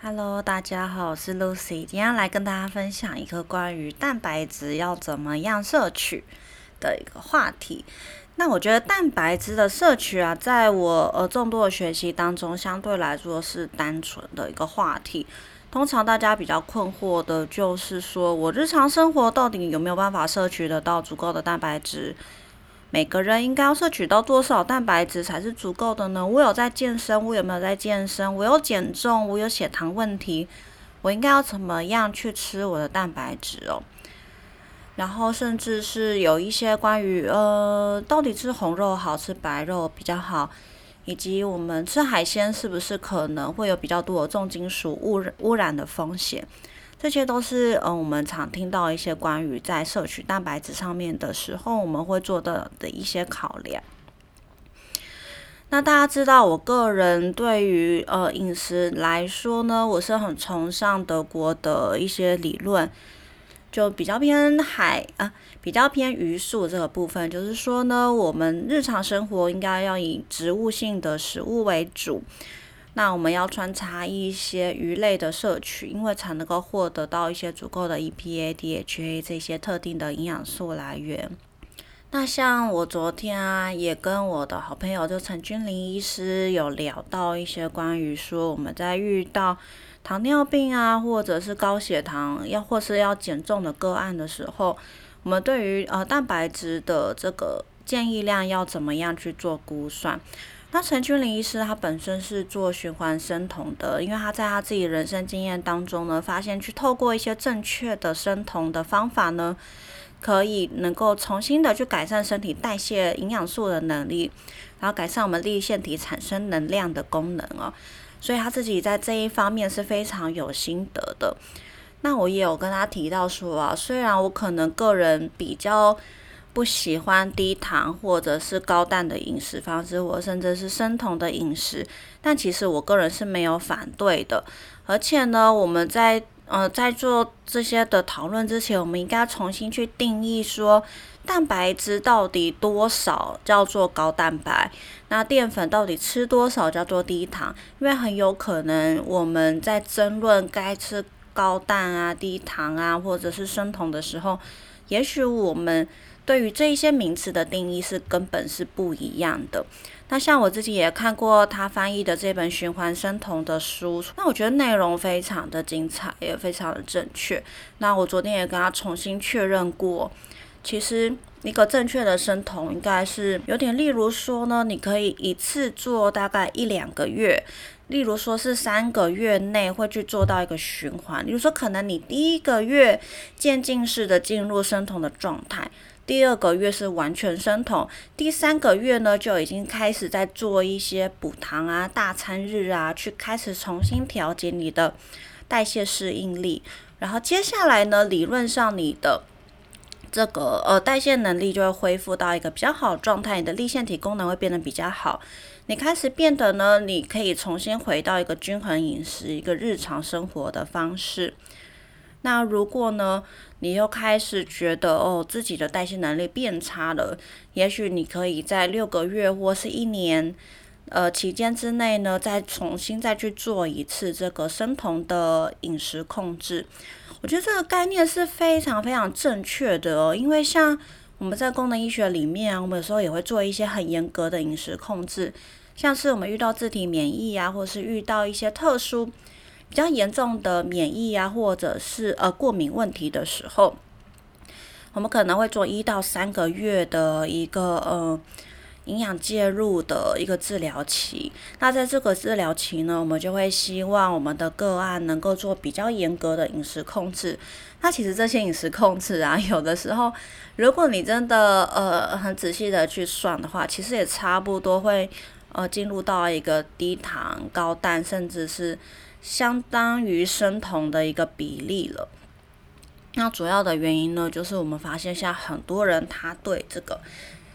Hello，大家好，我是 Lucy，今天来跟大家分享一个关于蛋白质要怎么样摄取的一个话题。那我觉得蛋白质的摄取啊，在我众多的学习当中，相对来说是单纯的一个话题。通常大家比较困惑的就是说，我日常生活到底有没有办法摄取得到足够的蛋白质？每个人应该要摄取到多少蛋白质才是足够的呢？我有在健身，我有没有在健身？我有减重，我有血糖问题，我应该要怎么样去吃我的蛋白质哦？然后甚至是有一些关于到底吃红肉好吃白肉比较好，以及我们吃海鲜是不是可能会有比较多的重金属污染的风险？这些都是我们常听到一些关于在摄取蛋白质上面的时候，我们会做的一些考量。那大家知道，我个人对于饮食来说呢，我是很崇尚德国的一些理论，就比较偏比较偏鱼素这个部分，就是说呢，我们日常生活应该要以植物性的食物为主。那我们要穿插一些鱼类的摄取，因为才能够获得到一些足够的 EPA、DHA 这些特定的营养素来源。那像我昨天也跟我的好朋友就陈君玲医师有聊到一些关于说我们在遇到糖尿病或者是高血糖或是要减重的个案的时候，我们对于蛋白质的这个建议量要怎么样去做估算。那陈君玲医师他本身是做循环生酮的，因为他在他自己人生经验当中呢，发现去透过一些正确的生酮的方法呢，可以能够重新的去改善身体代谢营养素的能力，然后改善我们粒线体产生能量的功能哦。所以他自己在这一方面是非常有心得的。那我也有跟他提到说虽然我可能个人比较不喜欢低糖或者是高蛋的饮食方式，或甚至是生酮的饮食，但其实我个人是没有反对的。而且呢，我们在做这些的讨论之前，我们应该重新去定义说，蛋白质到底多少叫做高蛋白，那淀粉到底吃多少叫做低糖？因为很有可能我们在争论该吃高蛋低糖或者是生酮的时候，也许我们对于这一些名词的定义是根本是不一样的。那像我自己也看过他翻译的这本循环生酮的书，那我觉得内容非常的精彩，也非常的正确。那我昨天也跟他重新确认过，其实一个正确的生酮应该是有点，例如说呢，你可以一次做大概1-2个月，例如说是3个月内会去做到一个循环，例如说可能你第1个月渐进式的进入生酮的状态，第2个月是完全生酮，第3个月呢就已经开始在做一些补糖大餐日去开始重新调节你的代谢适应力，然后接下来呢，理论上你的这个代谢能力就会恢复到一个比较好的状态，你的粒线体功能会变得比较好，你开始变得呢，你可以重新回到一个均衡饮食，一个日常生活的方式。那如果呢，你又开始觉得自己的代谢能力变差了，也许你可以在6个月或是1年期间之内呢，再重新去做一次这个生酮的饮食控制。我觉得这个概念是非常非常正确的因为像我们在功能医学里面我们有时候也会做一些很严格的饮食控制，像是我们遇到自体免疫或是遇到一些特殊比较严重的免疫或者是过敏问题的时候，我们可能会做1到3个月的一个营养介入的一个治疗期。那在这个治疗期呢，我们就会希望我们的个案能够做比较严格的饮食控制。那其实这些饮食控制有的时候如果你真的很仔细的去算的话，其实也差不多会进入到一个低糖高蛋甚至是相当于生酮的一个比例了。那主要的原因呢，就是我们发现现在很多人他对这个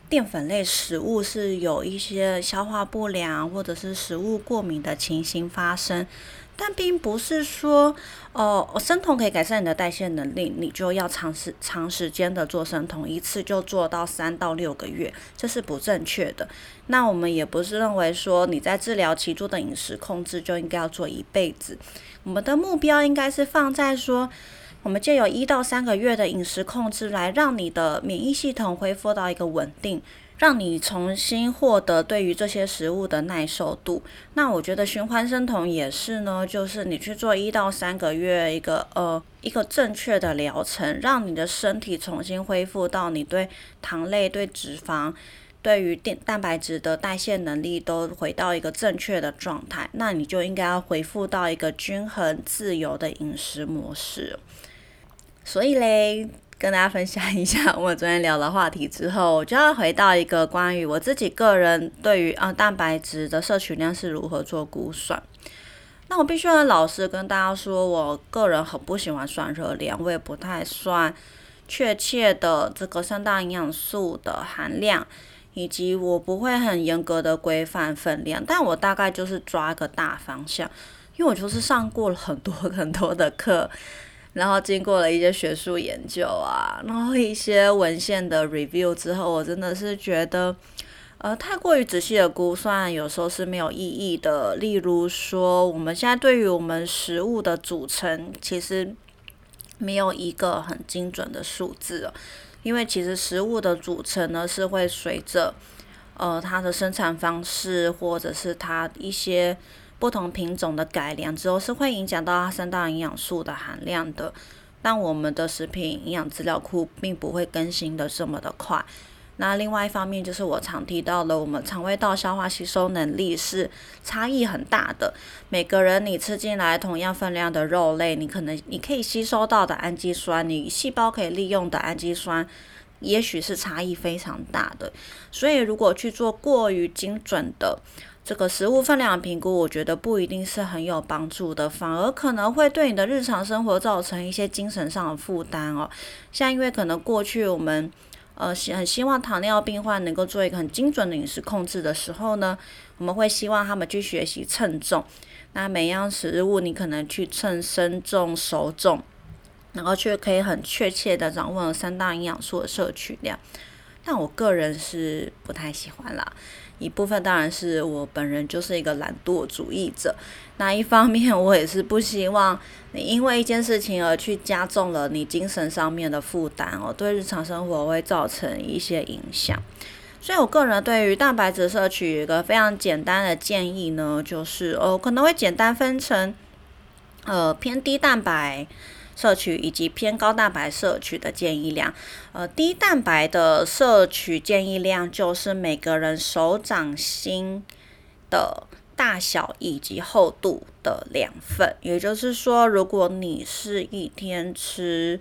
淀粉类食物是有一些消化不良或者是食物过敏的情形发生，但并不是说生酮可以改善你的代谢能力，你就要长时间的做生酮，一次就做到3到6个月，这是不正确的。那我们也不是认为说你在治疗期做的饮食控制就应该要做一辈子，我们的目标应该是放在说，我们借由1到3个月的饮食控制来让你的免疫系统恢复到一个稳定，让你重新获得对于这些食物的耐受度。那我觉得循环生酮也是呢，就是你去做1到3个月一个正确的疗程，让你的身体重新恢复到你对糖类、对脂肪、对于蛋白质的代谢能力都回到一个正确的状态，那你就应该要恢复到一个均衡自由的饮食模式。所以嘞，跟大家分享一下我们昨天聊的话题之后，我就要回到一个关于我自己个人对于蛋白质的摄取量是如何做估算。那我必须很老实跟大家说，我个人很不喜欢算热量，我也不太算确切的这个3大营养素的含量，以及我不会很严格的规范分量，但我大概就是抓个大方向，因为我就是上过了很多的课，然后经过了一些学术研究啊，然后一些文献的 review 之后，我真的是觉得太过于仔细的估算有时候是没有意义的。例如说我们现在对于我们食物的组成其实没有一个很精准的数字因为其实食物的组成呢是会随着它的生产方式或者是它一些不同品种的改良之后，是会影响到它3大营养素的含量的。但我们的食品营养资料库并不会更新的这么的快。那另外一方面就是我常提到的，我们肠胃道消化吸收能力是差异很大的。每个人你吃进来同样分量的肉类，你可以吸收到的氨基酸，你细胞可以利用的氨基酸，也许是差异非常大的。所以如果去做过于精准的这个食物分量的评估，我觉得不一定是很有帮助的，反而可能会对你的日常生活造成一些精神上的负担像因为可能过去我们很希望糖尿病患能够做一个很精准的饮食控制的时候呢，我们会希望他们去学习称重。那每样食物你可能去称生重、熟重，然后却可以很确切的掌握3大营养素的摄取量。但我个人是不太喜欢啦，一部分当然是我本人就是一个懒惰主义者，那一方面我也是不希望你因为一件事情而去加重了你精神上面的负担对日常生活会造成一些影响。所以我个人对于蛋白质摄取有一个非常简单的建议呢，就是可能会简单分成偏低蛋白摄取以及偏高蛋白摄取的建议量。低蛋白的摄取建议量就是每个人手掌心的大小以及厚度的2份，也就是说，如果你是一天吃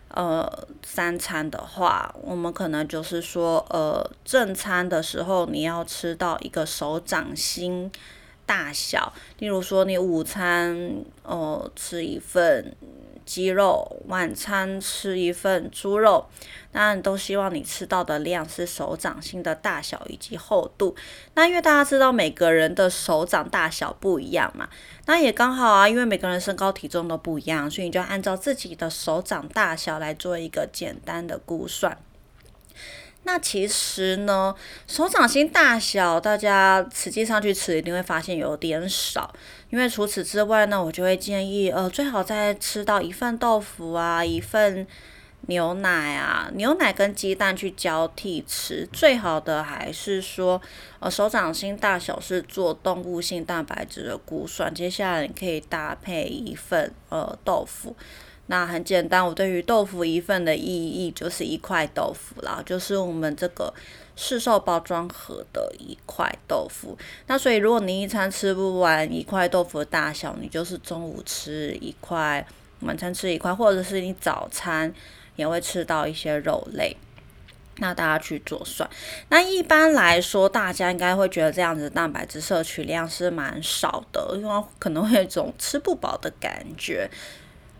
3餐的话，我们可能就是说正餐的时候你要吃到一个手掌心大小，例如说你午餐吃一份鸡肉，晚餐吃一份猪肉，那都希望你吃到的量是手掌心的大小以及厚度。那因为大家知道每个人的手掌大小不一样嘛，那也刚好因为每个人身高体重都不一样，所以你就按照自己的手掌大小来做一个简单的估算。那其实呢，手掌心大小大家实际上去吃一定会发现有点少，因为除此之外呢，我就会建议最好再吃到1份豆腐1份牛奶牛奶跟鸡蛋去交替吃。最好的还是说手掌心大小是做动物性蛋白质的估算，接下来你可以搭配1份豆腐。那很简单，我对于豆腐1份的意义就是1块豆腐啦，就是我们这个市售包装盒的1块豆腐。那所以如果你一餐吃不完1块豆腐的大小，你就是中午吃1块，晚餐吃1块，或者是你早餐也会吃到一些肉类。那大家去做算。那一般来说大家应该会觉得这样子的蛋白质摄取量是蛮少的，因为可能会有一种吃不饱的感觉。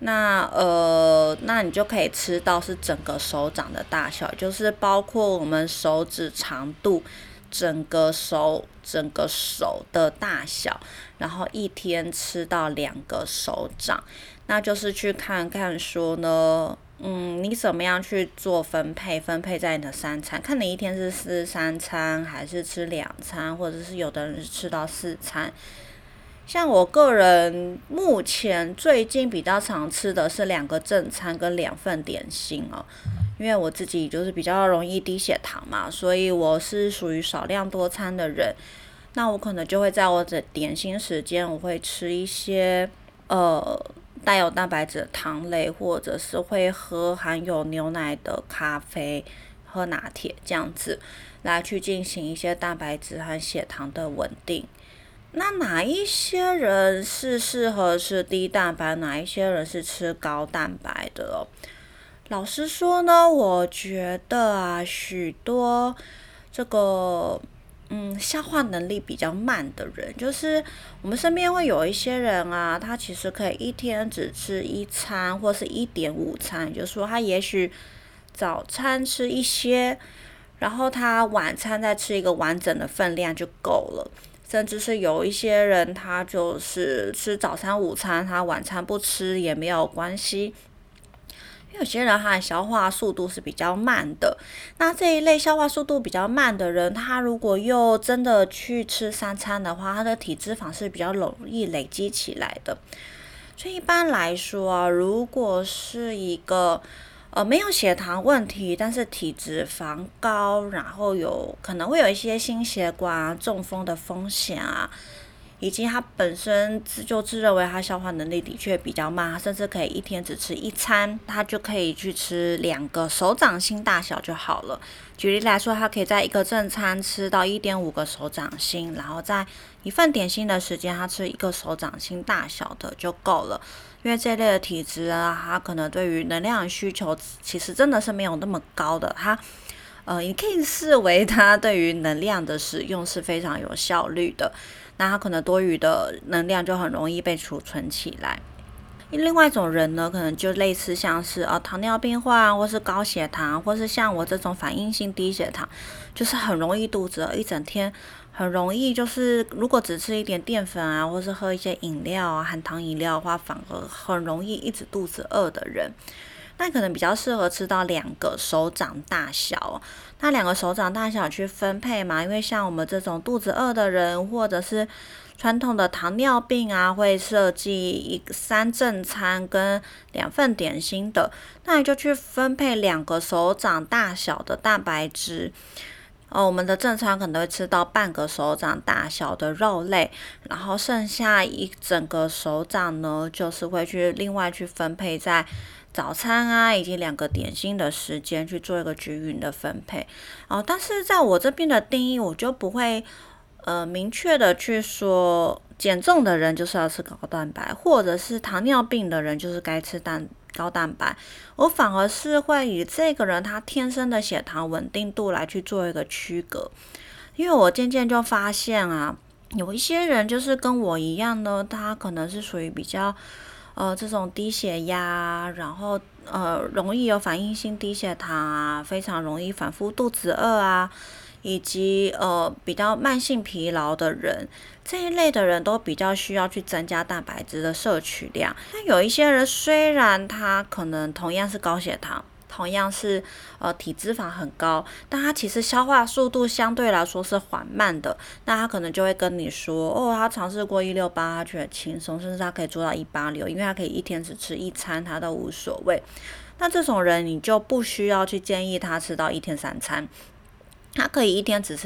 那你就可以吃到是整个手掌的大小，就是包括我们手指长度，整个手的大小，然后一天吃到2个手掌，那就是去看看说呢，你怎么样去做分配在你的3餐，看你一天是吃3餐，还是吃2餐，或者是有的人是吃到4餐。像我个人目前最近比较常吃的是2个正餐跟2份点心哦，因为我自己就是比较容易低血糖嘛，所以我是属于少量多餐的人。那我可能就会在我的点心时间，我会吃一些带有蛋白质的糖类，或者是会喝含有牛奶的咖啡，喝拿铁这样子，来去进行一些蛋白质和血糖的稳定。那哪一些人是适合吃低蛋白，哪一些人是吃高蛋白的哦？老实说呢，我觉得啊，许多这个消化能力比较慢的人，就是我们身边会有一些人啊，他其实可以一天只吃1餐或是1.5餐，就是说他也许早餐吃一些，然后他晚餐再吃一个完整的分量就够了。甚至是有一些人，他就是吃早餐、午餐，他晚餐不吃也没有关系。因为有些人他的消化速度是比较慢的，那这一类消化速度比较慢的人，他如果又真的去吃3餐的话，他的体脂肪是比较容易累积起来的。所以一般来说啊，如果是一个没有血糖问题，但是体脂肪高，然后可能会有一些心血管啊、中风的风险啊，以及他本身自认为他消化能力的确比较慢，甚至可以一天只吃1餐，他就可以去吃2个手掌心大小就好了。举例来说，他可以在1个正餐吃到1.5个手掌心，然后在1份点心的时间，他吃1个手掌心大小的就够了。因为这类的体质啊，它可能对于能量的需求其实真的是没有那么高的，你可以视为它对于能量的使用是非常有效率的，那它可能多余的能量就很容易被储存起来。另外一种人呢，可能就类似像是糖尿病患，或是高血糖，或是像我这种反应性低血糖，就是很容易肚子饿，一整天很容易就是如果只吃一点淀粉啊，或是喝一些饮料啊，含糖饮料的话，反而很容易一直肚子饿的人，那可能比较适合吃到2个手掌大小。那2个手掌大小去分配嘛，因为像我们这种肚子饿的人，或者是传统的糖尿病啊，会设计3正餐跟2份点心的，那你就去分配2个手掌大小的蛋白质。我们的正餐可能会吃到半个手掌大小的肉类，然后剩下一整个手掌呢，就是会另外去分配在早餐啊，以及2个点心的时间去做一个均匀的分配。但是在我这边的定义，我就不会明确的去说减重的人就是要吃高蛋白，或者是糖尿病的人就是该吃高蛋白。我反而是会以这个人他天生的血糖稳定度来去做一个区隔。因为我渐渐就发现啊，有一些人就是跟我一样呢，他可能是属于比较这种低血压，然后容易有反应性低血糖啊，非常容易反复肚子饿啊，以及比较慢性疲劳的人，这一类的人都比较需要去增加蛋白质的摄取量。那有一些人虽然他可能同样是高血糖，同样是体脂肪很高，但他其实消化速度相对来说是缓慢的，那他可能就会跟你说他尝试过168，他觉得轻松，甚至他可以做到186，因为他可以一天只吃1餐，他都无所谓。那这种人你就不需要去建议他吃到一天3餐，他可以一天只吃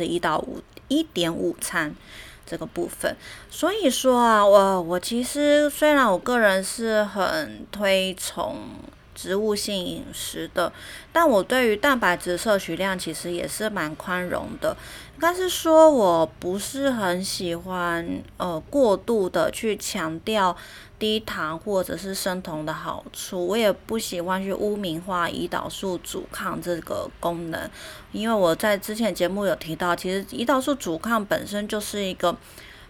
1.5餐这个部分。所以说啊，我其实虽然我个人是很推崇植物性饮食的，但我对于蛋白质摄取量其实也是蛮宽容的。应该是说我不是很喜欢过度的去强调低糖或者是生酮的好处，我也不喜欢去污名化胰岛素阻抗这个功能。因为我在之前节目有提到，其实胰岛素阻抗本身就是一个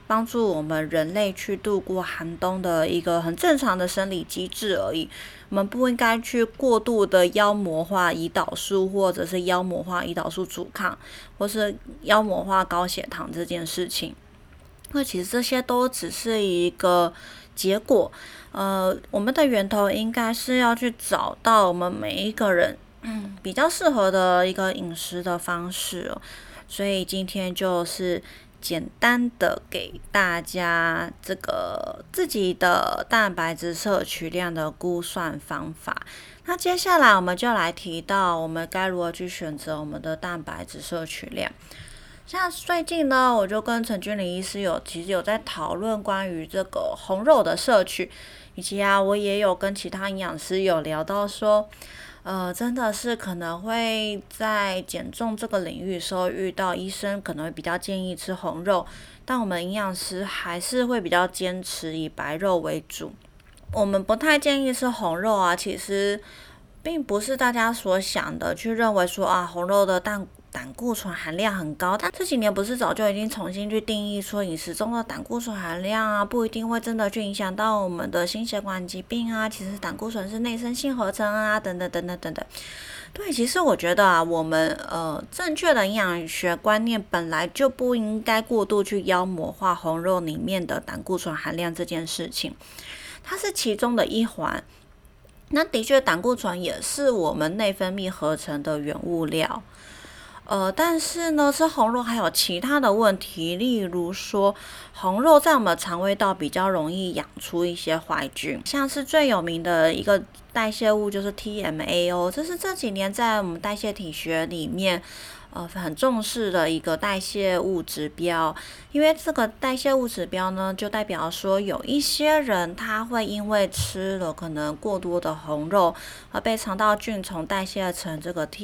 帮助我们人类去度过寒冬的一个很正常的生理机制而已。我们不应该去过度的妖魔化胰岛素，或者是妖魔化胰岛素阻抗，或是妖魔化高血糖这件事情。因为其实这些都只是一个结果，我们的源头应该是要去找到我们每一个人比较适合的一个饮食的方式哦。所以今天就是简单的给大家这个自己的蛋白质摄取量的估算方法。那接下来我们就来提到我们该如何去选择我们的蛋白质摄取量。像最近呢，我就跟陈君玲医师其实有在讨论关于这个红肉的摄取，以及我也有跟其他营养师有聊到说，真的是可能会在减重这个领域的时候遇到医生可能会比较建议吃红肉，但我们营养师还是会比较坚持以白肉为主。我们不太建议吃红肉其实并不是大家所想的去认为说红肉的胆固醇含量很高，但这几年不是早就已经重新去定义说饮食中的胆固醇含量不一定会真的去影响到我们的心血管疾病其实胆固醇是内生性合成等等等等等等。对，其实我觉得我们正确的营养学观念本来就不应该过度去妖魔化红肉里面的胆固醇含量这件事情，它是其中的一环。那的确胆固醇也是我们内分泌合成的原物料，但是呢，吃红肉还有其他的问题，例如说，红肉在我们的肠胃道比较容易养出一些坏菌，像是最有名的一个代谢物就是 TMAO， 这是这几年在我们代谢体学里面很重视的一个代谢物指标。因为这个代谢物指标呢，就代表说有一些人他会因为吃了可能过多的红肉而被肠道菌丛代谢成这个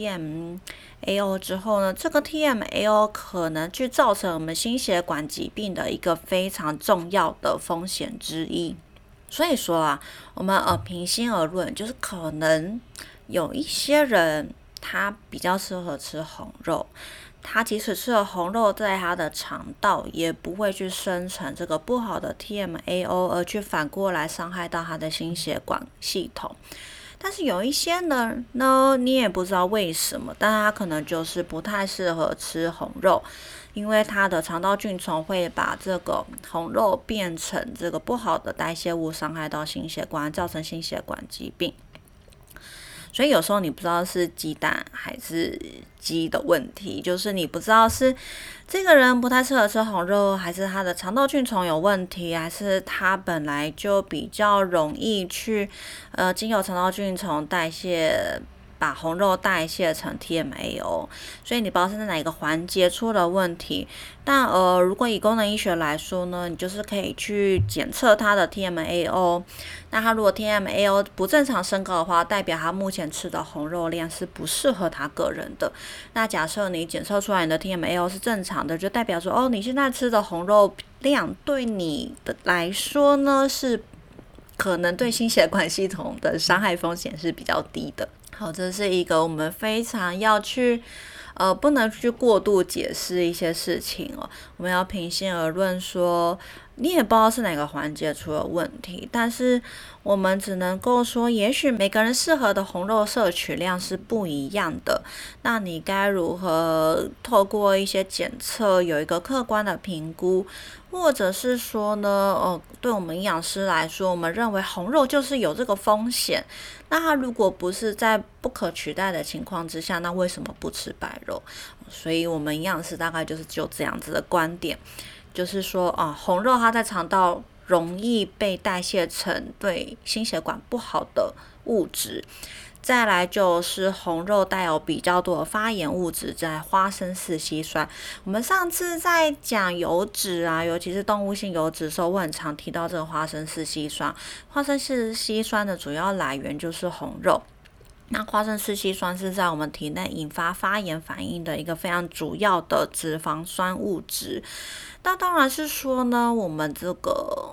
TMAO 之后呢，这个 TMAO 可能去造成我们心血管疾病的一个非常重要的风险之一。所以说我们平心而论，就是可能有一些人他比较适合吃红肉，他即使吃了红肉，在他的肠道也不会去生成这个不好的 TMAO， 而去反过来伤害到他的心血管系统。但是有一些人呢，你也不知道为什么，但他可能就是不太适合吃红肉，因为他的肠道菌丛会把这个红肉变成这个不好的代谢物，伤害到心血管，造成心血管疾病。所以有时候你不知道是鸡蛋还是鸡的问题，就是你不知道是这个人不太适合吃红肉，还是他的肠道菌丛有问题，还是他本来就比较容易去经由肠道菌丛代谢，把红肉代谢成 TMAO， 所以你不知道是哪一个环节出了问题。但如果以功能医学来说呢，你就是可以去检测它的 TMAO。那它如果 TMAO 不正常升高的话，代表他目前吃的红肉量是不适合他个人的。那假设你检测出来你的 TMAO 是正常的，就代表说你现在吃的红肉量对你的来说呢，是可能对心血管系统的伤害风险是比较低的。好，这是一个我们非常要去不能去过度解释一些事情我们要平心而论说，你也不知道是哪个环节出了问题，但是我们只能够说，也许每个人适合的红肉摄取量是不一样的。那你该如何透过一些检测有一个客观的评估，或者是说呢，对我们营养师来说，我们认为红肉就是有这个风险。那它如果不是在不可取代的情况之下，那为什么不吃白肉？所以我们营养师大概就是就这样子的观点，就是说红肉它在肠道容易被代谢成对心血管不好的物质。再来就是红肉带有比较多的发炎物质，在花生四烯酸。我们上次在讲油脂尤其是动物性油脂的时候，我很常提到这个花生四烯酸。花生四烯酸的主要来源就是红肉。那花生四烯酸是在我们体内引发发炎反应的一个非常主要的脂肪酸物质。那当然是说呢，我们这个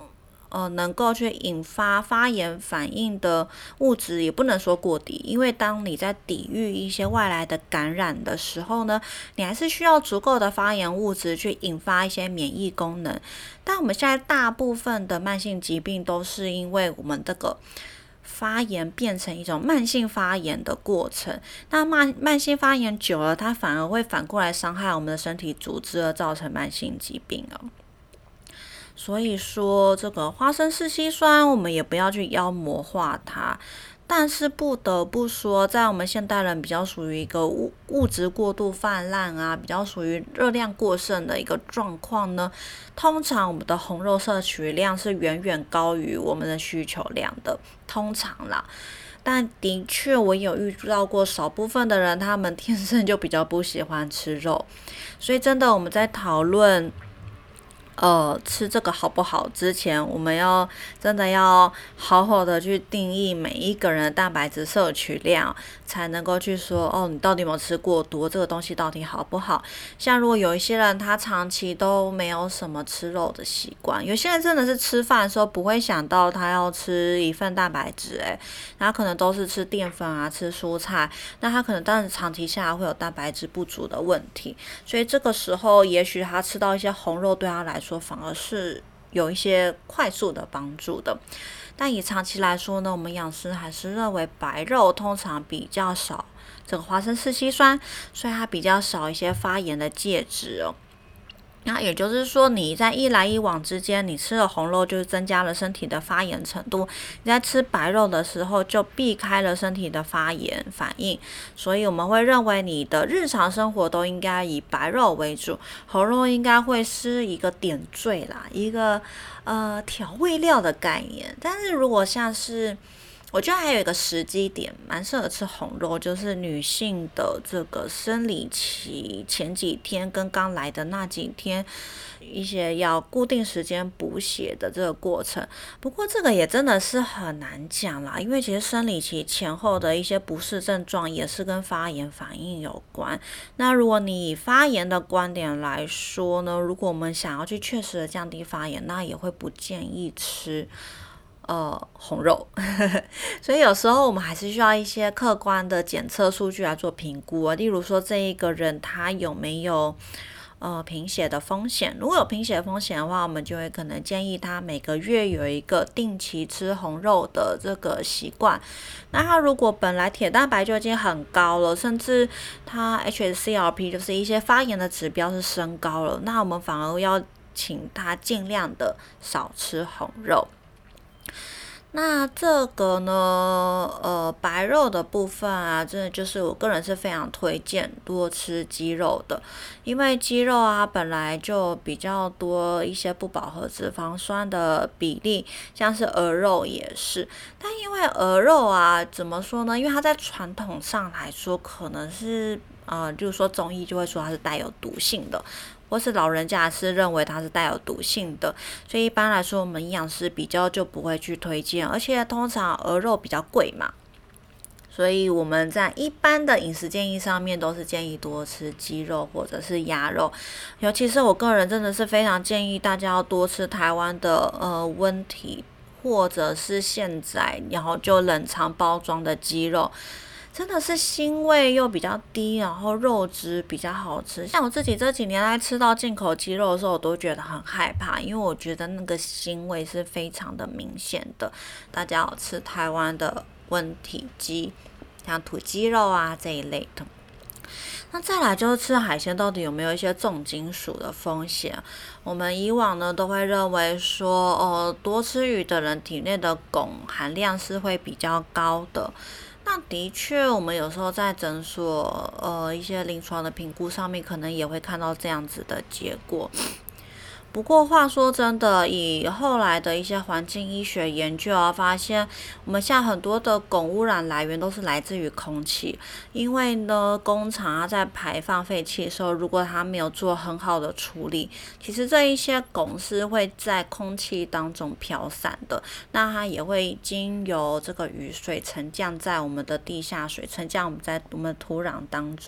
能够去引发发炎反应的物质也不能说过低，因为当你在抵御一些外来的感染的时候呢，你还是需要足够的发炎物质去引发一些免疫功能。但我们现在大部分的慢性疾病都是因为我们这个发炎变成一种慢性发炎的过程，那慢性发炎久了，它反而会反过来伤害我们的身体组织，而造成慢性疾病哦。所以说，这个花生四烯酸，我们也不要去妖魔化它。但是不得不说，在我们现代人比较属于一个物质过度泛滥啊，比较属于热量过剩的一个状况呢，通常我们的红肉摄取量是远远高于我们的需求量的，通常啦。但的确，我有遇到过少部分的人，他们天生就比较不喜欢吃肉，所以真的我们在讨论吃这个好不好之前，我们真的要好好的去定义每一个人的蛋白质摄取量，才能够去说你到底有没有吃过多，这个东西到底好不好。像如果有一些人他长期都没有什么吃肉的习惯，有些人真的是吃饭的时候不会想到他要吃一份蛋白质，他可能都是吃淀粉啊，吃蔬菜，那他可能但是长期下来会有蛋白质不足的问题，所以这个时候也许他吃到一些红肉对他来说反而是有一些快速的帮助的。但以长期来说呢，我们营养师还是认为白肉通常比较少这个花生四烯酸，所以它比较少一些发炎的介质哦。那也就是说，你在一来一往之间，你吃了红肉就增加了身体的发炎程度，你在吃白肉的时候就避开了身体的发炎反应，所以我们会认为你的日常生活都应该以白肉为主，红肉应该会是一个点缀啦，一个调味料的概念。但是如果像是我觉得还有一个时机点蛮适合吃红肉，就是女性的这个生理期前几天跟刚来的那几天，一些要固定时间补血的这个过程。不过这个也真的是很难讲啦，因为其实生理期前后的一些不适症状也是跟发炎反应有关。那如果你以发炎的观点来说呢，如果我们想要去确实的降低发炎，那也会不建议吃红肉所以有时候我们还是需要一些客观的检测数据来做评估啊，例如说这一个人他有没有贫血的风险。如果有贫血风险的话，我们就会可能建议他每个月有一个定期吃红肉的这个习惯。那他如果本来铁蛋白就已经很高了，甚至他 HSCRP 就是一些发炎的指标是升高了，那我们反而要请他尽量的少吃红肉。那这个呢，白肉的部分啊，真的就是我个人是非常推荐多吃鸡肉的，因为鸡肉啊本来就比较多一些不饱和脂肪酸的比例，像是鹅肉也是。但因为鹅肉啊，怎么说呢？因为它在传统上来说，可能是就是说中医就会说它是带有毒性的。或是老人家是认为它是带有毒性的，所以一般来说我们营养师比较就不会去推荐，而且通常鹅肉比较贵嘛，所以我们在一般的饮食建议上面都是建议多吃鸡肉或者是鸭肉，尤其是我个人真的是非常建议大家要多吃台湾的温体或者是现在然后就冷藏包装的鸡肉，真的是腥味又比较低，然后肉质比较好吃。像我自己这几年来吃到进口鸡肉的时候，我都觉得很害怕，因为我觉得那个腥味是非常的明显的。大家要吃台湾的温体鸡，像土鸡肉啊这一类的。那再来就是吃海鲜到底有没有一些重金属的风险？我们以往呢都会认为说，多吃鱼的人体内的汞含量是会比较高的。那的确，我们有时候在诊所一些临床的评估上面，可能也会看到这样子的结果。不过话说真的，以后来的一些环境医学研究啊，发现我们现在很多的汞污染来源都是来自于空气，因为呢，工厂它在排放废气的时候，如果它没有做很好的处理，其实这一些汞是会在空气当中飘散的，那它也会经由这个雨水沉降在我们的地下水，沉降在我们的土壤当中。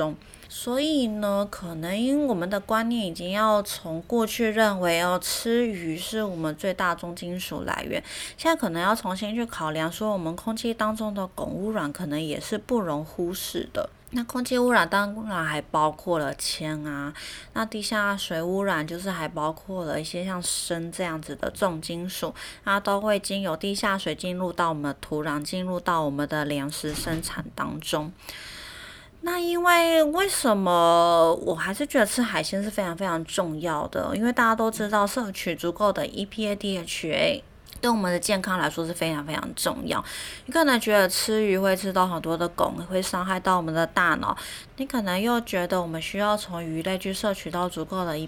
所以呢，可能我们的观念已经要从过去认为吃鱼是我们最大重金属来源，现在可能要重新去考量说，我们空气当中的汞污染可能也是不容忽视的。那空气污染当然还包括了铅啊，那地下水污染就是还包括了一些像砷这样子的重金属，它都会经由地下水进入到我们的土壤，进入到我们的粮食生产当中。那因为什么我还是觉得吃海鲜是非常非常重要的，因为大家都知道摄取足够的 EPA、DHA对我们的健康来说是非常非常重要。你可能觉得吃鱼会吃到很多的汞，会伤害到我们的大脑，你可能又觉得我们需要从鱼类去摄取到足够的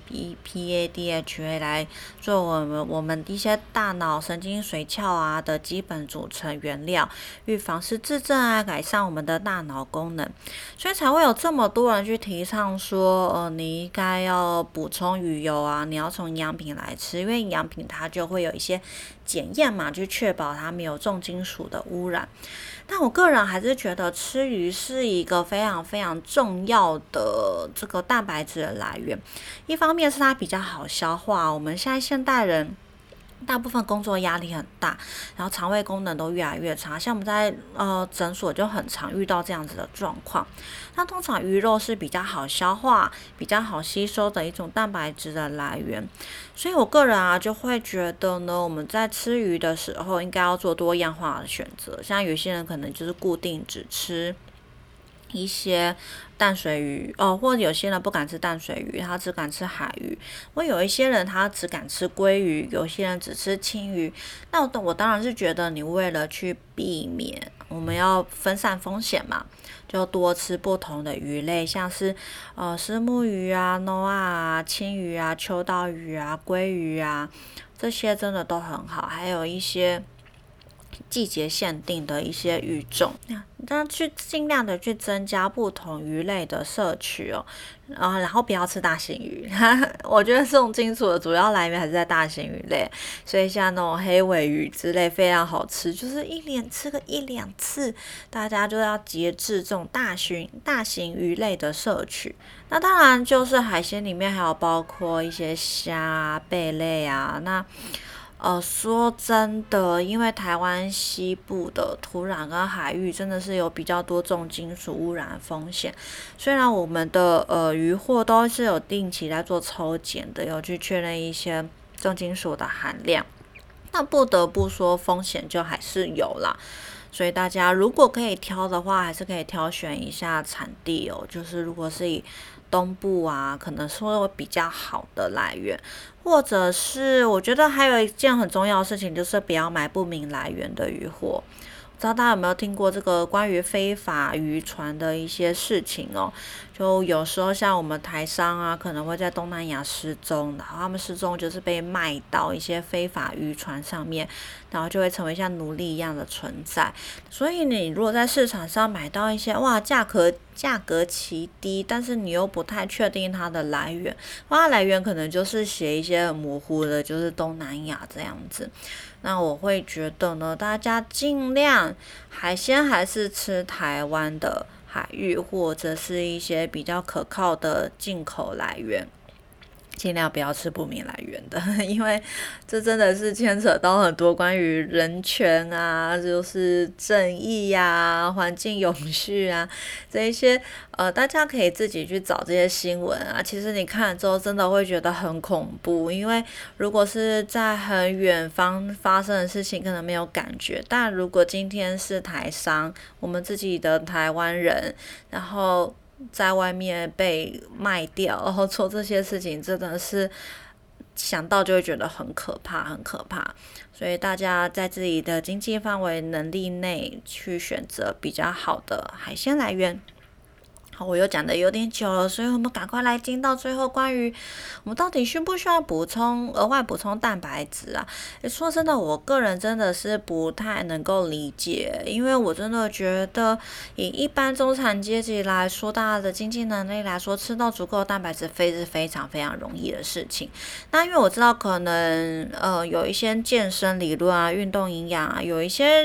EPA、DHA 来做我们一些大脑神经髓鞘啊的基本组成原料，预防失智症啊，改善我们的大脑功能，所以才会有这么多人去提倡说，你应该要补充鱼油啊，你要从营养品来吃，因为营养品它就会有一些检验嘛，去确保它没有重金属的污染。但我个人还是觉得吃鱼是一个非常非常重要的这个蛋白质的来源。一方面是它比较好消化，我们现在现代人大部分工作压力很大，然后肠胃功能都越来越差，像我们在诊所就很常遇到这样子的状况。那通常鱼肉是比较好消化、比较好吸收的一种蛋白质的来源，所以我个人就会觉得呢，我们在吃鱼的时候应该要做多样化的选择，像有些人可能就是固定只吃一些淡水鱼或者有些人不敢吃淡水鱼，他只敢吃海鱼，或有一些人他只敢吃鲑鱼，有些人只吃青鱼。那我当然是觉得你为了去避免，我们要分散风险嘛，就多吃不同的鱼类，像是虱目鱼啊、NOA 啊、青鱼啊、秋刀鱼啊、鲑鱼啊，这些真的都很好，还有一些季节限定的一些鱼种，那去尽量的去增加不同鱼类的摄取然后不要吃大型鱼，我觉得这种金属的主要来源还是在大型鱼类，所以像那种黑尾鱼之类非常好吃，就是一年吃个一两次，大家就要节制这种大型鱼类的摄取。那当然就是海鲜里面还有包括一些虾啊、贝类啊，那说真的，因为台湾西部的土壤跟海域真的是有比较多重金属污染风险。虽然我们的渔获都是有定期在做抽检的，有去确认一些重金属的含量，但不得不说风险就还是有啦。所以大家如果可以挑的话，还是可以挑选一下产地就是如果是以东部可能是会比较好的来源，或者是我觉得还有一件很重要的事情，就是不要买不明来源的渔获。不知道大家有没有听过这个关于非法渔船的一些事情就有时候像我们台商可能会在东南亚失踪，然后他们失踪就是被卖到一些非法渔船上面，然后就会成为像奴隶一样的存在。所以你如果在市场上买到一些价格奇低，但是你又不太确定它的来源，它来源可能就是写一些很模糊的，就是东南亚这样子。那我会觉得呢，大家尽量海鲜还是吃台湾的海域，或者是一些比较可靠的进口来源，尽量不要吃不明来源的，因为这真的是牵扯到很多关于人权就是正义环境永续这一些大家可以自己去找这些新闻其实你看了之后真的会觉得很恐怖，因为如果是在很远方发生的事情可能没有感觉，但如果今天是台商，我们自己的台湾人，然后在外面被卖掉，然后做这些事情，真的是想到就会觉得很可怕，很可怕。所以大家在自己的经济范围能力内去选择比较好的海鲜来源。好，我又讲的有点久了，所以我们赶快来进到最后关于我们到底需不需要额外补充蛋白质说真的，我个人真的是不太能够理解，因为我真的觉得以一般中产阶级来说，大家的经济能力来说，吃到足够的蛋白质是非常非常容易的事情。那因为我知道可能有一些健身理论运动营养有一些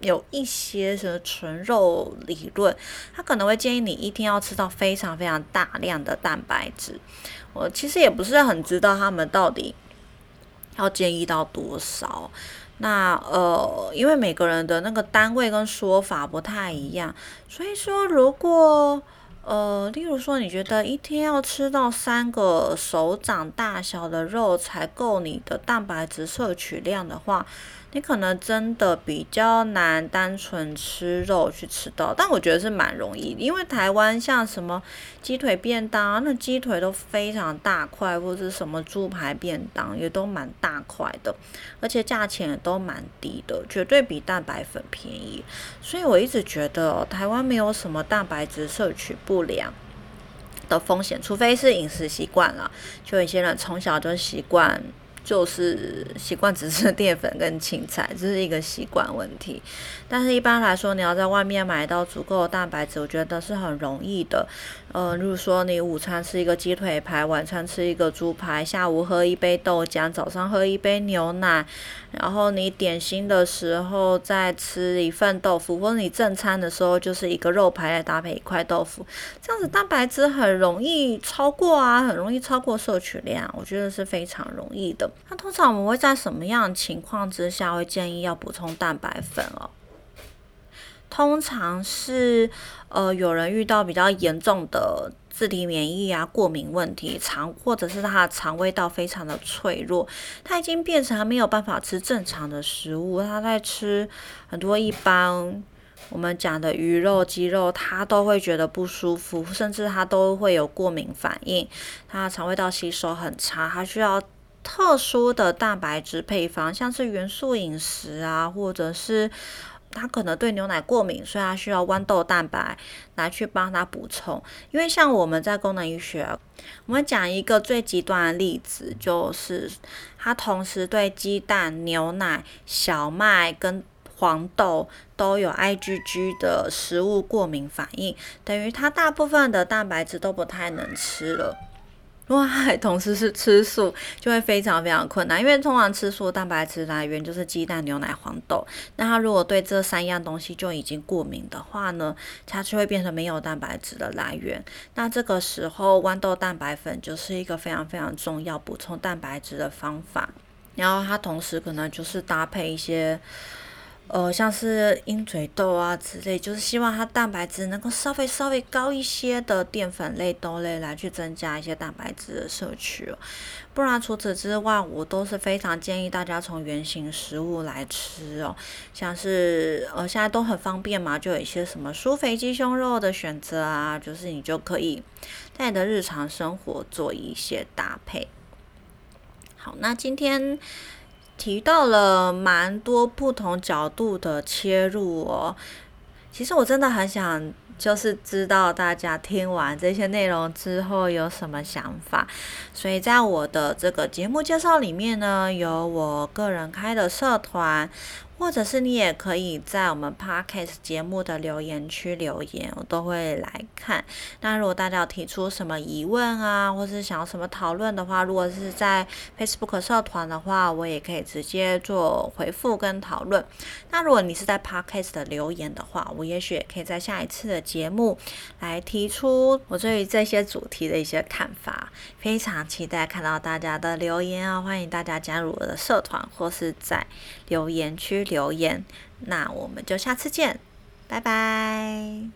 有一些什么纯肉理论，他可能会建议你一天要吃到非常非常大量的蛋白质。我其实也不是很知道他们到底要建议到多少。那因为每个人的那个单位跟说法不太一样，所以说如果例如说你觉得一天要吃到3个手掌大小的肉才够你的蛋白质摄取量的话，你可能真的比较难单纯吃肉去吃到，但我觉得是蛮容易的，因为台湾像什么鸡腿便当那鸡腿都非常大块，或者是什么猪排便当也都蛮大块的，而且价钱也都蛮低的，绝对比蛋白粉便宜。所以我一直觉得台湾没有什么蛋白质摄取不良的风险，除非是饮食习惯啦，就有些人从小就习惯只吃淀粉跟青菜，这是一个习惯问题。但是一般来说，你要在外面买到足够的蛋白质，我觉得是很容易的。例如说你午餐吃一个鸡腿排，晚餐吃一个猪排，下午喝一杯豆浆，早上喝一杯牛奶，然后你点心的时候再吃一份豆腐，或者你正餐的时候就是一个肉排来搭配一块豆腐，这样子蛋白质很容易超过摄取量，我觉得是非常容易的。那通常我们会在什么样的情况之下会建议要补充蛋白粉哦？通常是有人遇到比较严重的自体免疫啊、过敏问题，或者是他的肠胃道非常的脆弱，他已经变成他没有办法吃正常的食物，他在吃很多一般我们讲的鱼肉、鸡肉，他都会觉得不舒服，甚至他都会有过敏反应，他的肠胃道吸收很差，他需要特殊的蛋白质配方，像是元素饮食啊，或者是他可能对牛奶过敏，所以他需要豌豆蛋白来去帮他补充。因为像我们在功能医学，我们讲一个最极端的例子，就是他同时对鸡蛋、牛奶、小麦跟黄豆都有 IgG 的食物过敏反应，等于他大部分的蛋白质都不太能吃了。如果他还同时是吃素，就会非常非常困难，因为通常吃素的蛋白质来源就是鸡蛋、牛奶、黄豆。那他如果对这3样东西就已经过敏的话呢，它就会变成没有蛋白质的来源。那这个时候豌豆蛋白粉就是一个非常非常重要补充蛋白质的方法。然后它同时可能就是搭配一些像是鹰嘴豆啊之类，就是希望它蛋白质能够稍微高一些的淀粉类、豆类来去增加一些蛋白质的摄取哦。不然除此之外，我都是非常建议大家从原型食物来吃哦，像是现在都很方便嘛，就有一些什么酥肥鸡胸肉的选择啊，就是你就可以在你的日常生活做一些搭配。好，那今天提到了蛮多不同角度的切入哦，其实我真的很想就是知道大家听完这些内容之后有什么想法，所以在我的这个节目介绍里面呢，有我个人开的社团，或者是你也可以在我们 Podcast 节目的留言区留言，我都会来看。那如果大家有提出什么疑问啊，或是想要什么讨论的话，如果是在 Facebook 社团的话，我也可以直接做回复跟讨论。那如果你是在 Podcast 的留言的话，我也许也可以在下一次的节目来提出我对于这些主题的一些看法。非常期待看到大家的留言啊，欢迎大家加入我的社团或是在留言区留言。那我们就下次见，拜拜。